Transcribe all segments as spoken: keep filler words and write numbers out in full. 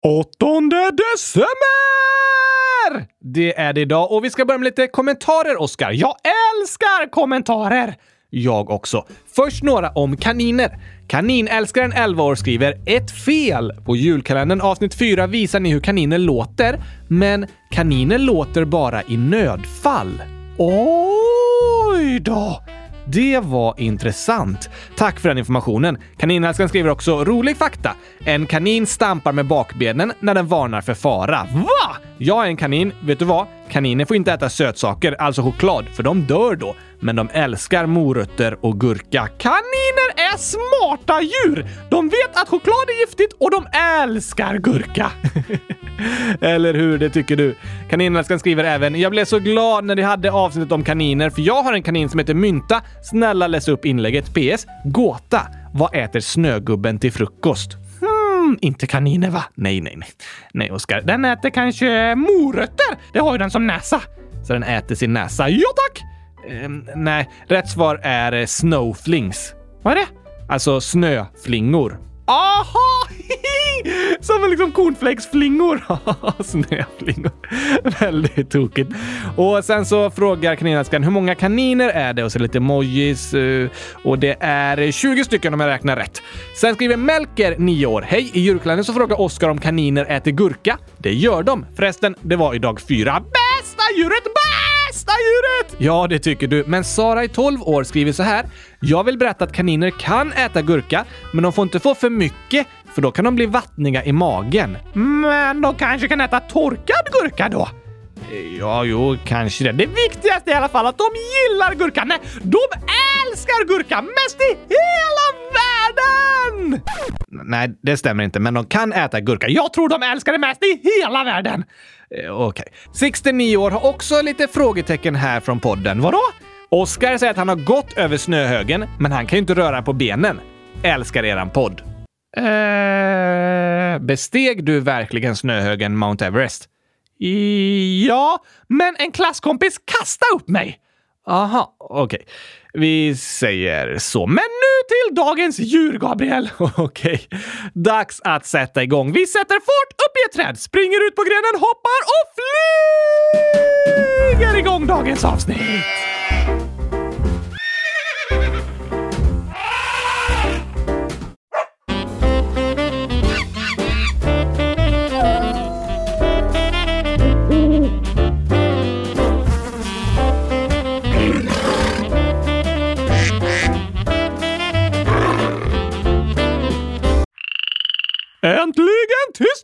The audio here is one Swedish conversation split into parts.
åttonde december! Det är det idag och vi ska börja med lite kommentarer, Oskar. Jag älskar kommentarer! Jag också. Först några om kaniner. Kaninälskaren elva år skriver ett fel. På julkalendern avsnitt fyra visar ni hur kaniner låter, men kaniner låter bara i nödfall. Oj då! Det var intressant. Tack för den informationen. Kaninälskaren skriver också rolig fakta. En kanin stampar med bakbenen när den varnar för fara. Va? Jag är en kanin. Vet du vad? Kaniner får inte äta sötsaker, alltså choklad, för de dör då. Men de älskar morötter och gurka. Kaniner är smarta djur. De vet att choklad är giftigt och de älskar gurka. Eller hur, det tycker du? Kaninälskaren skriver även: jag blev så glad när de hade avsnittet om kaniner, för jag har en kanin som heter Mynta. Snälla läs upp inlägget. P S. Gåta. Vad äter snögubben till frukost? Hmm, inte kaniner va? Nej, nej, nej. Nej, Oskar. Den äter kanske morötter. Det har ju den som näsa. Så den äter sin näsa. Ja, tack! Um, nej, rätt svar är uh, snowflings. Vad är det? Alltså snöflingor. Aha! Som liksom cornflakesflingor. Snöflingor. Väldigt tokigt. Och sen så frågar kaninälskaren hur många kaniner är det? Och så lite emojis. Och det är tjugo stycken om jag räknar rätt. Sen skriver Melker, nio år. Hej, i julkalendern så frågar Oskar om kaniner äter gurka. Det gör de. Förresten, det var i dag fyra. Bästa djuret! Bästa djuret! Ja, det tycker du. Men Sara i tolv år skriver så här: jag vill berätta att kaniner kan äta gurka, men de får inte få för mycket, för då kan de bli vattniga i magen. Men de kanske kan äta torkad gurka då? Ja, jo, kanske det. Det viktigaste är i alla fall att de gillar gurka. Nej, de älskar gurka mest i hela världen! Nej, det stämmer inte, men de kan äta gurka. Jag tror de älskar det mest i hela världen. Eh, Okej. Okay. sextionio år har också lite frågetecken här från podden. Vadå? Oskar säger att han har gått över snöhögen, men han kan ju inte röra på benen. Älskar eran podd. Eh, besteg du verkligen snöhögen Mount Everest? Ja, men en klasskompis kastade upp mig. Aha, okej. Okay. Vi säger så. Men nu till dagens djur, Gabriel. Okej. Okay. Dags att sätta igång. Vi sätter fart upp i ett träd, springer ut på grenen, hoppar och flyger igång dagens avsnitt. Äntligen tisdag!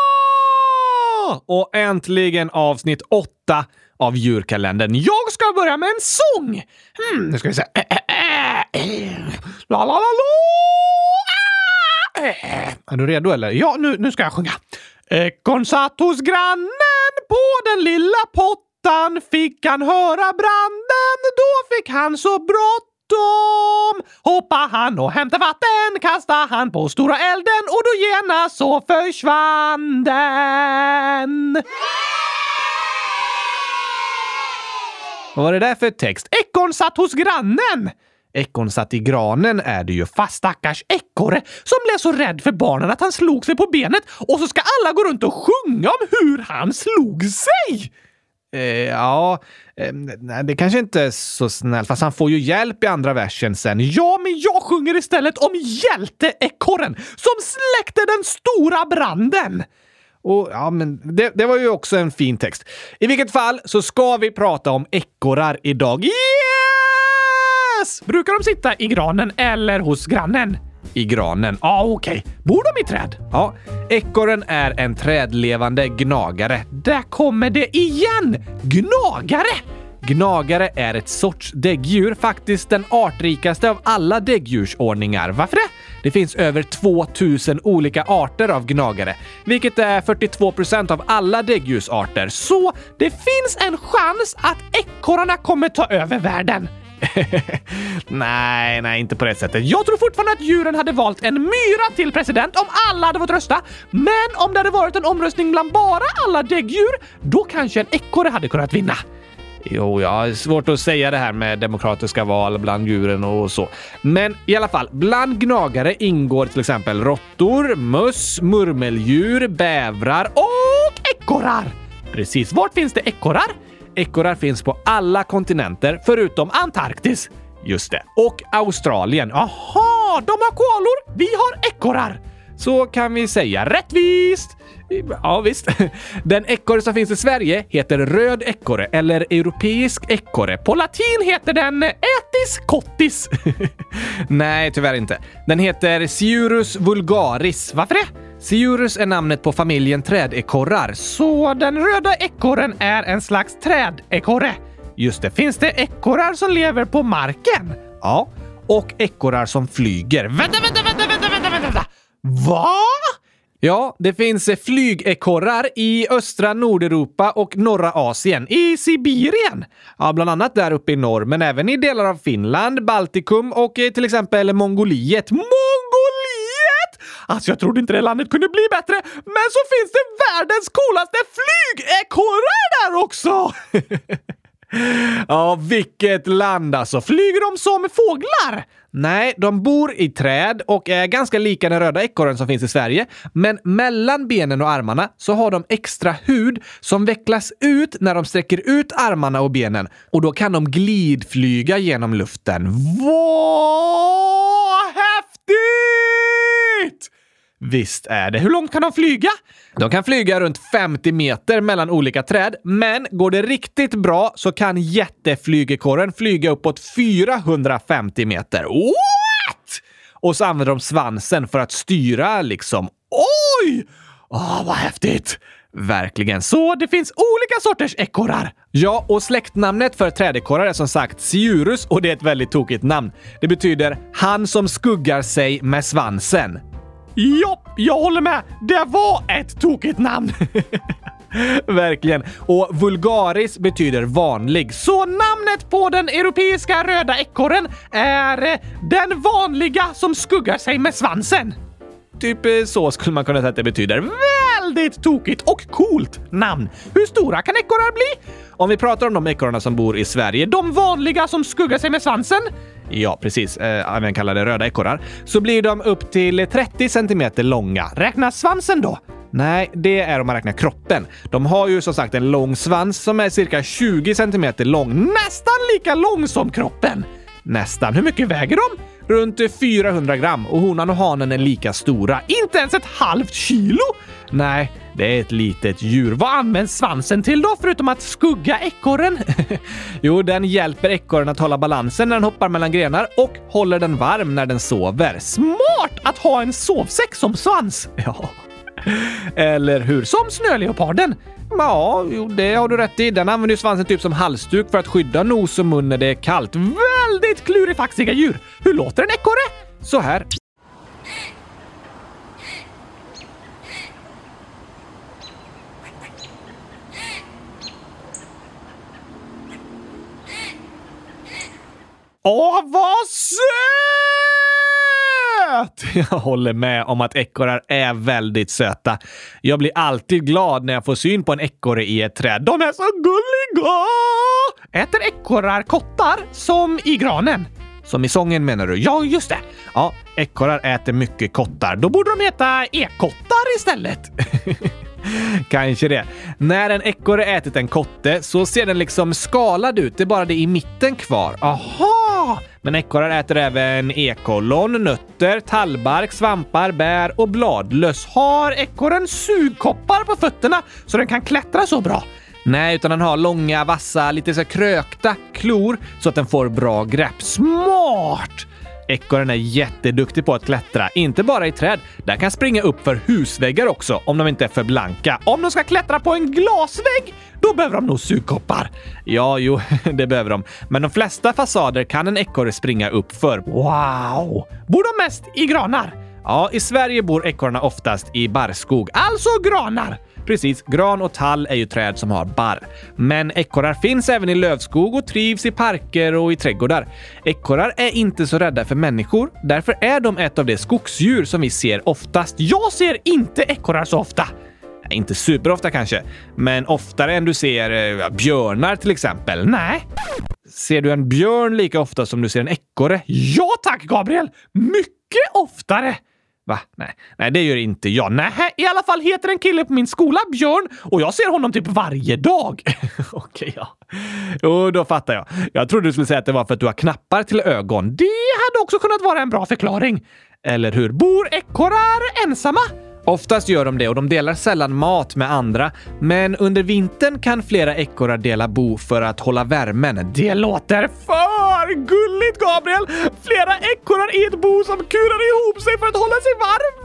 Och äntligen avsnitt åtta av djurkalendern. Jag ska börja med en sång. Hmm, nu ska vi se. La la la la. Är du redo eller? Ja, nu, nu ska jag sjunga. Ekorn satt hos grannen på den lilla pottan. Fick han höra branden, då fick han så brått. Dom. Hoppa han och hämta vatten, kasta han på stora elden och då genast så försvann den. Vad var det där för text? Ekorn satt hos grannen. Ekorn satt i granen är det ju, fast stackars ekorre som blev så rädd för barnen att han slog sig på benet, och så ska alla gå runt och sjunga om hur han slog sig. Eh, ja, eh, nej, det kanske inte är så snällt, fast han får ju hjälp i andra versen sen. Ja, men jag sjunger istället om hjälteekorren som släckte den stora branden. Och ja, men det, det var ju också en fin text. I vilket fall så ska vi prata om ekorrar idag. Yes! Brukar de sitta i granen eller hos grannen? I granen. Ja, ah, okej. Okay. Bor de i träd? Ja. Ekorren är en trädlevande gnagare. Där kommer det igen! Gnagare! Gnagare är ett sorts däggdjur, faktiskt den artrikaste av alla däggdjursordningar. Varför det? Det finns över tvåtusen olika arter av gnagare, vilket är fyrtiotvå procent av alla däggdjursarter. Så det finns en chans att ekorrarna kommer ta över världen. nej, nej, inte på det sättet. Jag tror fortfarande att djuren hade valt en myra till president om alla hade fått rösta. Men om det hade varit en omröstning bland bara alla däggdjur, då kanske en ekorre hade kunnat vinna. Jo, jag har svårt att säga det här med demokratiska val bland djuren och så. Men i alla fall, bland gnagare ingår till exempel råttor, möss, murmeldjur, bävrar och ekorrar. Precis, vart finns det ekorrar? Ekorrar finns på alla kontinenter förutom Antarktis. Just det. Och Australien. Aha, de har koalor, vi har ekorrar. Så kan vi säga rättvist. Ja, visst. Den ekorre som finns i Sverige heter röd ekorre eller europeisk ekorre. På latin heter den Aetis cottis. Nej, tyvärr inte. Den heter Sciurus vulgaris. Varför det? Sciurus är namnet på familjen trädekorrar, så den röda ekorren är en slags trädekorre. Just det, finns det ekorrar som lever på marken? Ja, och ekorrar som flyger. Vänta, vänta, vänta, vänta, vänta, vänta, vänta. Va? Ja, det finns flygekorrar i östra Nordeuropa och norra Asien, i Sibirien. Ja, bland annat där uppe i norr, men även i delar av Finland, Baltikum och till exempel Mongoliet. Mongoliet! Alltså, jag trodde inte det landet kunde bli bättre, men så finns det världens coolaste flygekorrar där också! Ja, vilket land alltså. Flyger de som fåglar? Nej, de bor i träd och är ganska lika den röda ekorren som finns i Sverige. Men mellan benen och armarna så har de extra hud som vecklas ut när de sträcker ut armarna och benen. Och då kan de glidflyga genom luften. Vad häftigt! Visst är det. Hur långt kan de flyga? De kan flyga runt femtio meter mellan olika träd, men går det riktigt bra så kan jätteflygekorren flyga uppåt fyrahundrafemtio meter. What? Och så använder de svansen för att styra liksom. Oj! Åh, vad häftigt! Verkligen. Så det finns olika sorters ekorrar. Ja, och släktnamnet för trädekorrar är som sagt Sciurus och det är ett väldigt tokigt namn. Det betyder han som skuggar sig med svansen. Ja, jag håller med. Det var ett tokigt namn. Verkligen. Och vulgaris betyder vanlig. Så namnet på den europeiska röda ekorren är den vanliga som skuggar sig med svansen. Typ så skulle man kunna säga att det betyder. Väldigt tokigt och coolt namn. Hur stora kan ekorrar bli? Om vi pratar om de ekorrarna som bor i Sverige, de vanliga som skuggar sig med svansen. Ja, precis. Eh, även kallade röda ekorrar. Så blir de upp till trettio centimeter långa. Räknas svansen då? Nej, det är om man räknar kroppen. De har ju som sagt en lång svans som är cirka tjugo centimeter lång. Nästan lika lång som kroppen. Nästan. Hur mycket väger de? Runt fyrahundra gram och honan och hanen är lika stora. Inte ens ett halvt kilo? Nej, det är ett litet djur. Vad används svansen till då, förutom att skugga ekorren? Jo, den hjälper ekorren att hålla balansen när den hoppar mellan grenar och håller den varm när den sover. Smart att ha en sovsäck som svans! Ja. Eller hur? Som snöleoparden. Ja, jo, det har du rätt i. Den använder ju svansen typ som halsduk för att skydda nos och mun när det är kallt. Väldigt klurifaxiga djur. Hur låter en ekorre? Så här. Åh, vad söt! Jag håller med om att ekorrar är väldigt söta. Jag blir alltid glad när jag får syn på en ekorre i ett träd. De är så gulliga! Äter ekorrar kottar som i granen? Som i sången menar du? Ja, just det. Ja, ekorrar äter mycket kottar. Då borde de heta ekottar istället. Kanske det. När en ekorre ätit en kotte så ser den liksom skalad ut. Det är bara det i mitten kvar. Aha! Men ekorrar äter även ekollon, nötter, tallbark, svampar, bär och bladlöss. Har ekorren sugkoppar på fötterna så den kan klättra så bra? Nej, utan den har långa, vassa, lite så krökta klor så att den får bra grepp. Smart! Ekorren är jätteduktig på att klättra, inte bara i träd. Den kan springa upp för husväggar också, om de inte är för blanka. Om de ska klättra på en glasvägg, då behöver de nog sugkoppar. Ja, jo, det behöver de. Men de flesta fasader kan en ekorre springa upp för. Wow! Bor de mest i granar? Ja, i Sverige bor ekorrarna oftast i barrskog, alltså granar. Precis, gran och tall är ju träd som har barr. Men ekorrar finns även i lövskog och trivs i parker och i trädgårdar. Ekorrar är inte så rädda för människor, därför är de ett av de skogsdjur som vi ser oftast. Jag ser inte ekorrar så ofta. Inte superofta kanske, men oftare än du ser eh, björnar till exempel. Nej. Ser du en björn lika ofta som du ser en ekorre? Ja tack, Gabriel! Mycket oftare! Va? Nej. Nej, det gör inte jag. Nej, i alla fall heter en kille på min skola Björn och jag ser honom typ varje dag. Okej, ja. Jo, då fattar jag. Jag trodde du skulle säga att det var för att du har knappar till ögon. Det hade också kunnat vara en bra förklaring. Eller hur? Bor ekorrar ensamma? Oftast gör de det och de delar sällan mat med andra. Men under vintern kan flera ekorrar dela bo för att hålla värmen. Det låter för gulligt, Gabriel! Flera ekorrar i ett bo som kurar ihop sig för att hålla sig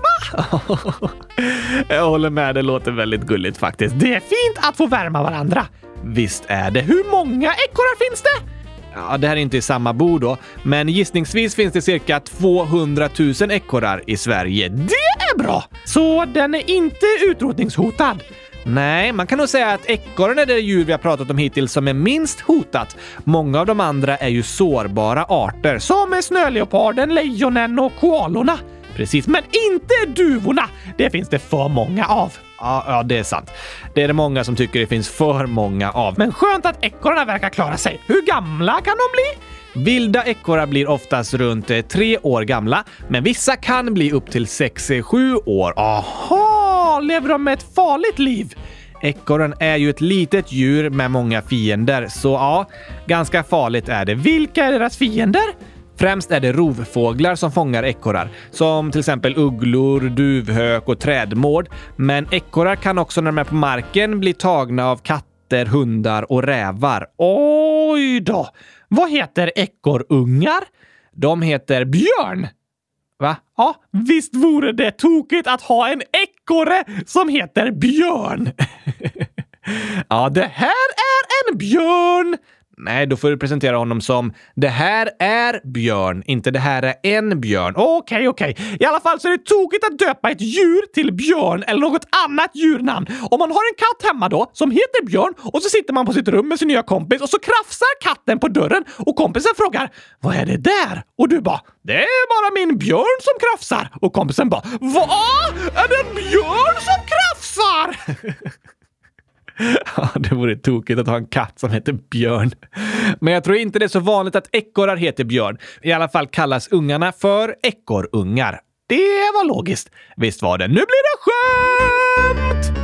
varma! Jag håller med, det låter väldigt gulligt faktiskt. Det är fint att få värma varandra. Visst är det. Hur många ekorrar finns det? Ja, det här är inte i samma bo då, men gissningsvis finns det cirka tvåhundratusen ekorrar i Sverige. Det är bra! Så den är inte utrotningshotad? Nej, man kan nog säga att ekorren är det djur vi har pratat om hittills som är minst hotat. Många av de andra är ju sårbara arter, som snöleoparden, lejonen och koalorna. Precis, men inte duvorna! Det finns det för många av. Ja, ja, det är sant. Det är det många som tycker det finns för många av. Men skönt att ekorrarna verkar klara sig. Hur gamla kan de bli? Vilda ekorrar blir oftast runt eh, tre år gamla, men vissa kan bli upp till sex till sju år. Aha, lever de med ett farligt liv? Ekorren är ju ett litet djur med många fiender, så ja, ganska farligt är det. Vilka är deras fiender? Främst är det rovfåglar som fångar ekorrar, som till exempel ugglor, duvhök och trädmård. Men ekorrar kan också när de är på marken bli tagna av katter, hundar och rävar. Oj då! Vad heter ekorrungar? De heter björn. Va? Ja, visst vore det tokigt att ha en ekorre som heter björn. Ja, det här är en björn. Nej, då får du presentera honom som det här är Björn, inte det här är en björn. Okej, okay, okej. Okay. I alla fall så är det tokigt att döpa ett djur till Björn eller något annat djurnamn. Om man har en katt hemma då som heter Björn och så sitter man på sitt rum med sin nya kompis och så krafsar katten på dörren och kompisen frågar, vad är det där? Och du bara, det är bara min björn som krafsar. Och kompisen bara, vad? Är det en björn som krafsar? Ja, det vore tokigt att ha en katt som heter Björn. Men jag tror inte det är så vanligt att ekorrar heter Björn. I alla fall kallas ungarna för ekorrungar. Det var logiskt. Visst var det. Nu blir det skönt!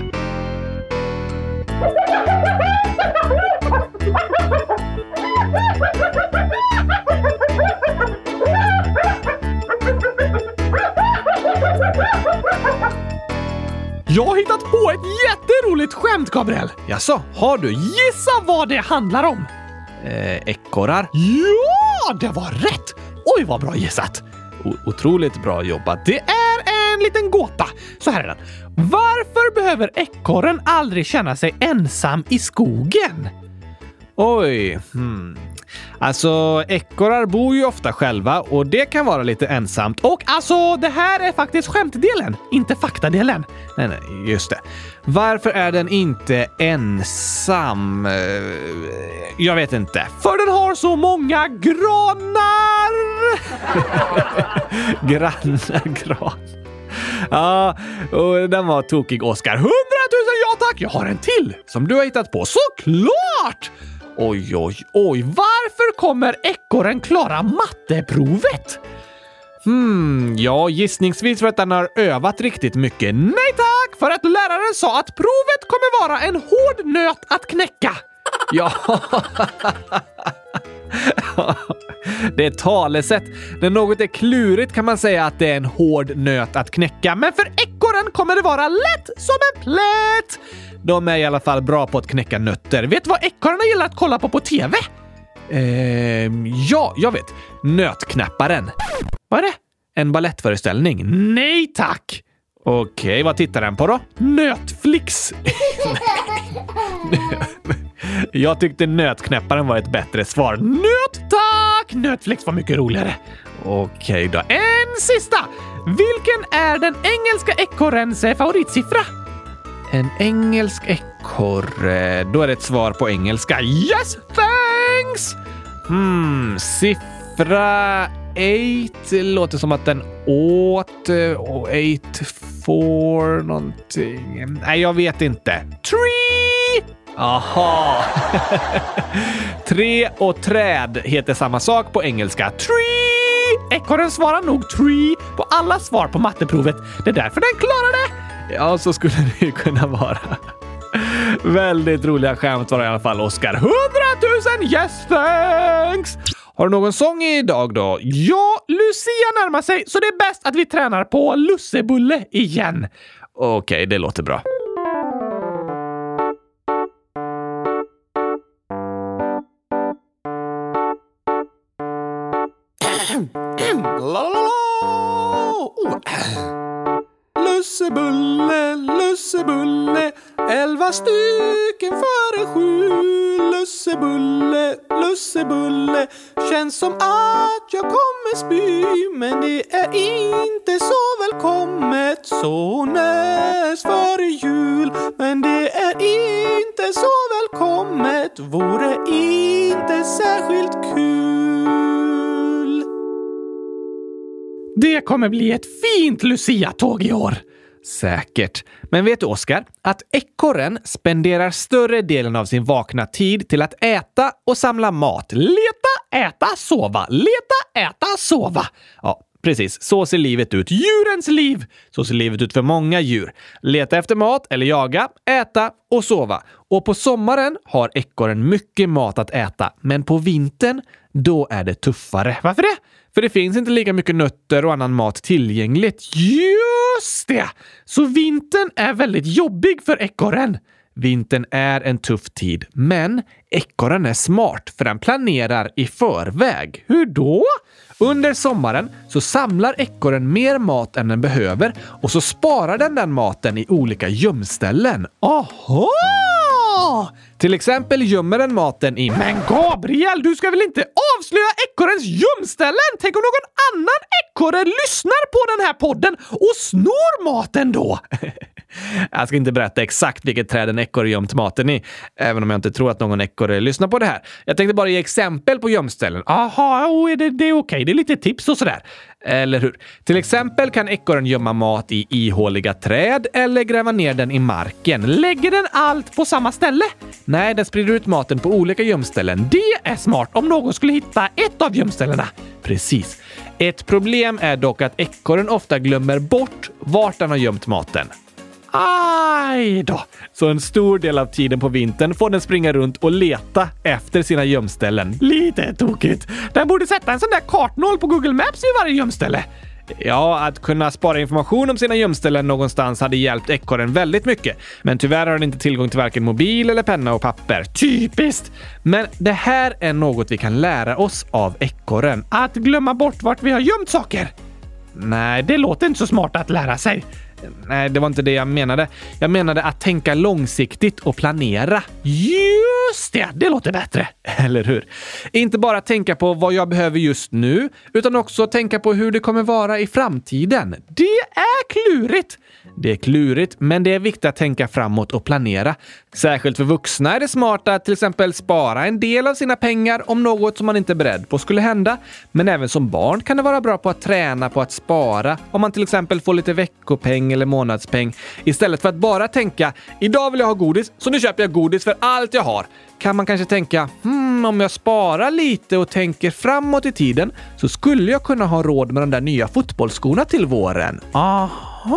Jag har hittat på ett jätteroligt skämt, Gabriel. Jaså, har du? Gissa vad det handlar om. Eh, ekorrar? Ja, det var rätt. Oj, vad bra gissat. O- otroligt bra jobbat. Det är en liten gåta. Så här är den. Varför behöver ekorren aldrig känna sig ensam i skogen? Oj, hmm. Alltså, ekorrar bor ju ofta själva och det kan vara lite ensamt. Och alltså, det här är faktiskt skämtdelen, inte faktadelen. Nej, nej, just det. Varför är den inte ensam? Jag vet inte. För den har så många granar! Grannar, gran. Ja, och den var tokig, Oskar. Hundratusen ja tack! Jag har en till som du har hittat på. Såklart! Oj, oj, oj. Varför kommer ekorren klara matteprovet? Hmm, ja, gissningsvis för att den har övat riktigt mycket. Nej tack, för att läraren sa att provet kommer vara en hård nöt att knäcka. Ja. Det är talesätt. När något är klurigt kan man säga att det är en hård nöt att knäcka. Men för ekorren kommer det vara lätt som en plätt. De är i alla fall bra på att knäcka nötter. Vet du vad ekorrarna gillar att kolla på på tv? Ehm, ja, jag vet. Nötknapparen. Vad är det? En ballettföreställning? Nej tack! Okej, vad tittar den på då? Nötflix. Jag tyckte nötknäpparen var ett bättre svar. Nöt tack! Nötflix var mycket roligare. Okej då. En sista! Vilken är den engelska ekorrens favoritsiffra? En engelsk ekorre. Då är det ett svar på engelska. Yes, thanks! Hmm, siffra åtta låter som att den åt och ate for någonting. Nej, jag vet inte. Tree! Aha! Tre och träd heter samma sak på engelska. Tree! Ekorren svarar nog tree på alla svar på matteprovet. Det är därför den klarar det. Ja, så skulle det ju kunna vara. Väldigt roliga skämt var det i alla fall, Oskar. Hundratusen yes thanks! Har du någon sång idag då? Ja, Lucia närmar sig, så det är bäst att vi tränar på lussebulle igen. Okej, okay, det låter bra. Lussebulle, lussebulle, elva stycken före sju. Lussebulle, lussebulle, känns som att jag kommer spy. Men det är inte så välkommet så näst före jul. Men det är inte så välkommet, vore inte särskilt kul. Det kommer bli ett fint Lucia-tåg i år. Säkert. Men vet du, Oskar, att ekorren spenderar större delen av sin vakna tid till att äta och samla mat. Leta, äta, sova. Leta, äta, sova. Ja, precis. Så ser livet ut. Djurens liv. Så ser livet ut för många djur. Leta efter mat eller jaga, äta och sova. Och på sommaren har ekorren mycket mat att äta. Men på vintern, då är det tuffare. Varför det? För det finns inte lika mycket nötter och annan mat tillgängligt. Just det! Så vintern är väldigt jobbig för ekorren. Vintern är en tuff tid, men ekorren är smart för den planerar i förväg. Hur då? Under sommaren så samlar ekorren mer mat än den behöver och så sparar den den maten i olika gömställen. Aha! Till exempel gömmer den maten i... Men Gabriel, du ska väl inte avslöja ekorrens gömställen? Tänk om någon annan ekorre lyssnar på den här podden och snor maten då? Jag ska inte berätta exakt vilket träd en ekorre gömt maten i, även om jag inte tror att någon ekorre lyssnar på det här. Jag tänkte bara ge exempel på gömställen. Aha, oh, det, det är okej. Det är lite tips och sådär. Eller hur? Till exempel kan ekorren gömma mat i ihåliga träd eller gräva ner den i marken. Lägger den allt på samma ställe? Nej, den sprider ut maten på olika gömställen. Det är smart om någon skulle hitta ett av gömställena. Precis. Ett problem är dock att ekorren ofta glömmer bort vart den har gömt maten. Aj då! Så en stor del av tiden på vintern får den springa runt och leta efter sina gömställen. Lite tokigt. Den borde sätta en sån där kartnål på Google Maps i varje gömställe. Ja, att kunna spara information om sina gömställen någonstans hade hjälpt ekorren väldigt mycket. Men tyvärr har den inte tillgång till varken mobil eller penna och papper. Typiskt! Men det här är något vi kan lära oss av ekorren. Att glömma bort vart vi har gömt saker. Nej, det låter inte så smart att lära sig. Nej, det var inte det jag menade. Jag menade att tänka långsiktigt och planera. Just det, det låter bättre. Eller hur? Inte bara tänka på vad jag behöver just nu, utan också tänka på hur det kommer vara i framtiden. Det är klurigt. Det är klurigt, men det är viktigt att tänka framåt och planera. Särskilt för vuxna är det smart att till exempel spara en del av sina pengar om något som man inte är beredd på skulle hända. Men även som barn kan det vara bra på att träna på att spara om man till exempel får lite veckopeng eller månadspeng. Istället för att bara tänka, idag vill jag ha godis så nu köper jag godis för allt jag har. Kan man kanske tänka, hmm, om jag sparar lite och tänker framåt i tiden så skulle jag kunna ha råd med de där nya fotbollsskorna till våren. Aha!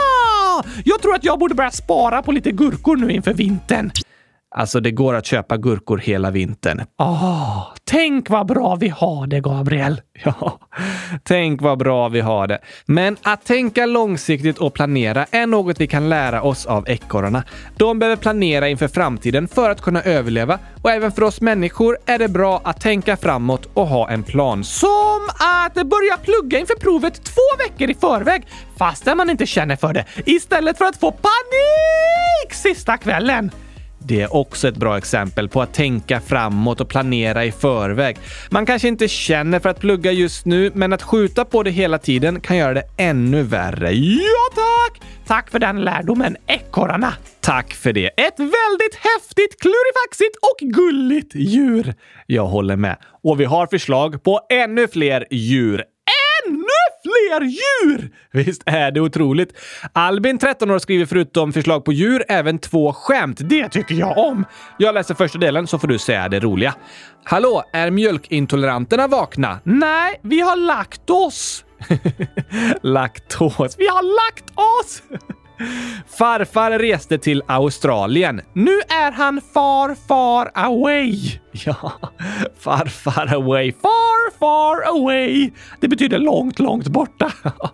Jag tror att jag borde börja spara på lite gurkor nu inför vintern. Alltså det går att köpa gurkor hela vintern. Ah, tänk vad bra vi har det, Gabriel. Ja, tänk vad bra vi har det. Men att tänka långsiktigt och planera är något vi kan lära oss av ekorrarna. De behöver planera inför framtiden för att kunna överleva. Och även för oss människor är det bra att tänka framåt och ha en plan. Som att börja plugga inför provet två veckor i förväg, fastän man inte känner för det. Istället för att få panik sista kvällen. Det är också ett bra exempel på att tänka framåt och planera i förväg. Man kanske inte känner för att plugga just nu, men att skjuta på det hela tiden kan göra det ännu värre. Ja tack! Tack för den lärdomen, ekorrarna. Tack för det. Ett väldigt häftigt, klurifaxigt och gulligt djur. Jag håller med. Och vi har förslag på ännu fler djur. Ännu fler! fler djur! Visst är det otroligt. Albin, tretton år, skriver förutom förslag på djur även två skämt. Det tycker jag om. Jag läser första delen så får du säga det roliga. Hallå, är mjölkintoleranterna vakna? Nej, vi har lagt oss. Laktos. Vi har lagt oss! Farfar reste till Australien. Nu är han far, far away. Ja, farfar away. Far, far away. Det betyder långt, långt borta.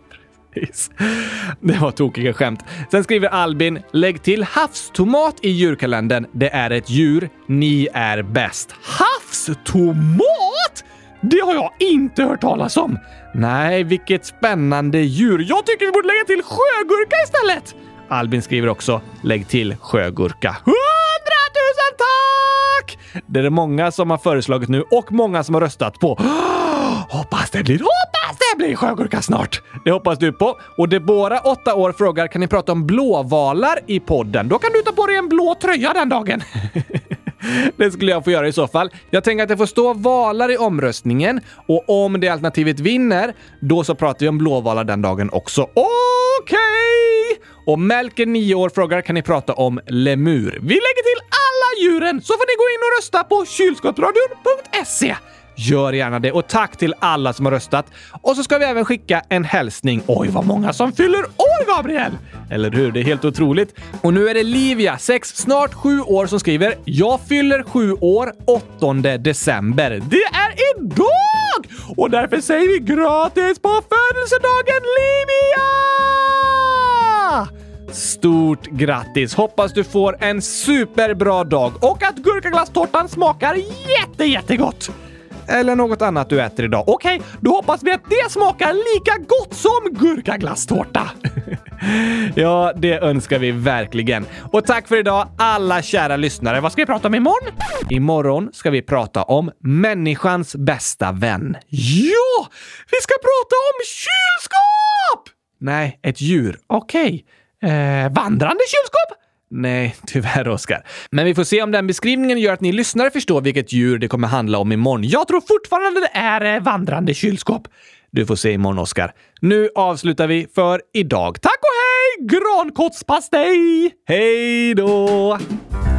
Det var tokiga skämt. Sen skriver Albin, lägg till havstomat i djurkalendern. Det är ett djur. Ni är bäst. Havstomat? Det har jag inte hört talas om. Nej, vilket spännande djur. Jag tycker vi borde lägga till sjögurka istället. Albin skriver också, lägg till sjögurka. Hundratusen tack! Det är det många som har föreslagit nu och många som har röstat på. Hoppas det blir, hoppas det blir sjögurka snart. Det hoppas du på. Och Deborah, åtta år, frågar, kan ni prata om blåvalar i podden? Då kan du ta på dig en blå tröja den dagen. Det skulle jag få göra i så fall. Jag tänker att det får stå valar i omröstningen. Och om det alternativet vinner, då så pratar vi om blåvalar den dagen också. Okej! Okay. Och Melker, nio år, frågar, kan ni prata om lemur? Vi lägger till alla djuren så får ni gå in och rösta på kylskåpsradion punkt se. Gör gärna det och tack till alla som har röstat. Och så ska vi även skicka en hälsning. Oj, vad många som fyller år, Gabriel! Eller hur? Det är helt otroligt. Och nu är det Livia, sex, snart sju år, som skriver, jag fyller sju år åttonde december. Det är idag! Och därför säger vi gratis på födelsedagen, Livia! Stort grattis! Hoppas du får en superbra dag och att gurkaglasstårtan smakar jätte, jättegott. Eller något annat du äter idag. Okej, okay, då hoppas vi att det smakar lika gott som gurkaglasstårta. Ja, det önskar vi verkligen. Och tack för idag, alla kära lyssnare. Vad ska vi prata om imorgon? Imorgon ska vi prata om människans bästa vän. Ja! Vi ska prata om kylskåp! Nej, ett djur. Okej. Okay. Eh, vandrande kylskåp? Nej, tyvärr, Oskar. Men vi får se om den beskrivningen gör att ni lyssnare förstår vilket djur det kommer handla om imorgon. Jag tror fortfarande det är vandrande kylskåp. Du får se imorgon, Oskar. Nu avslutar vi för idag. Tack och hej! Grankottspastej! Hej då!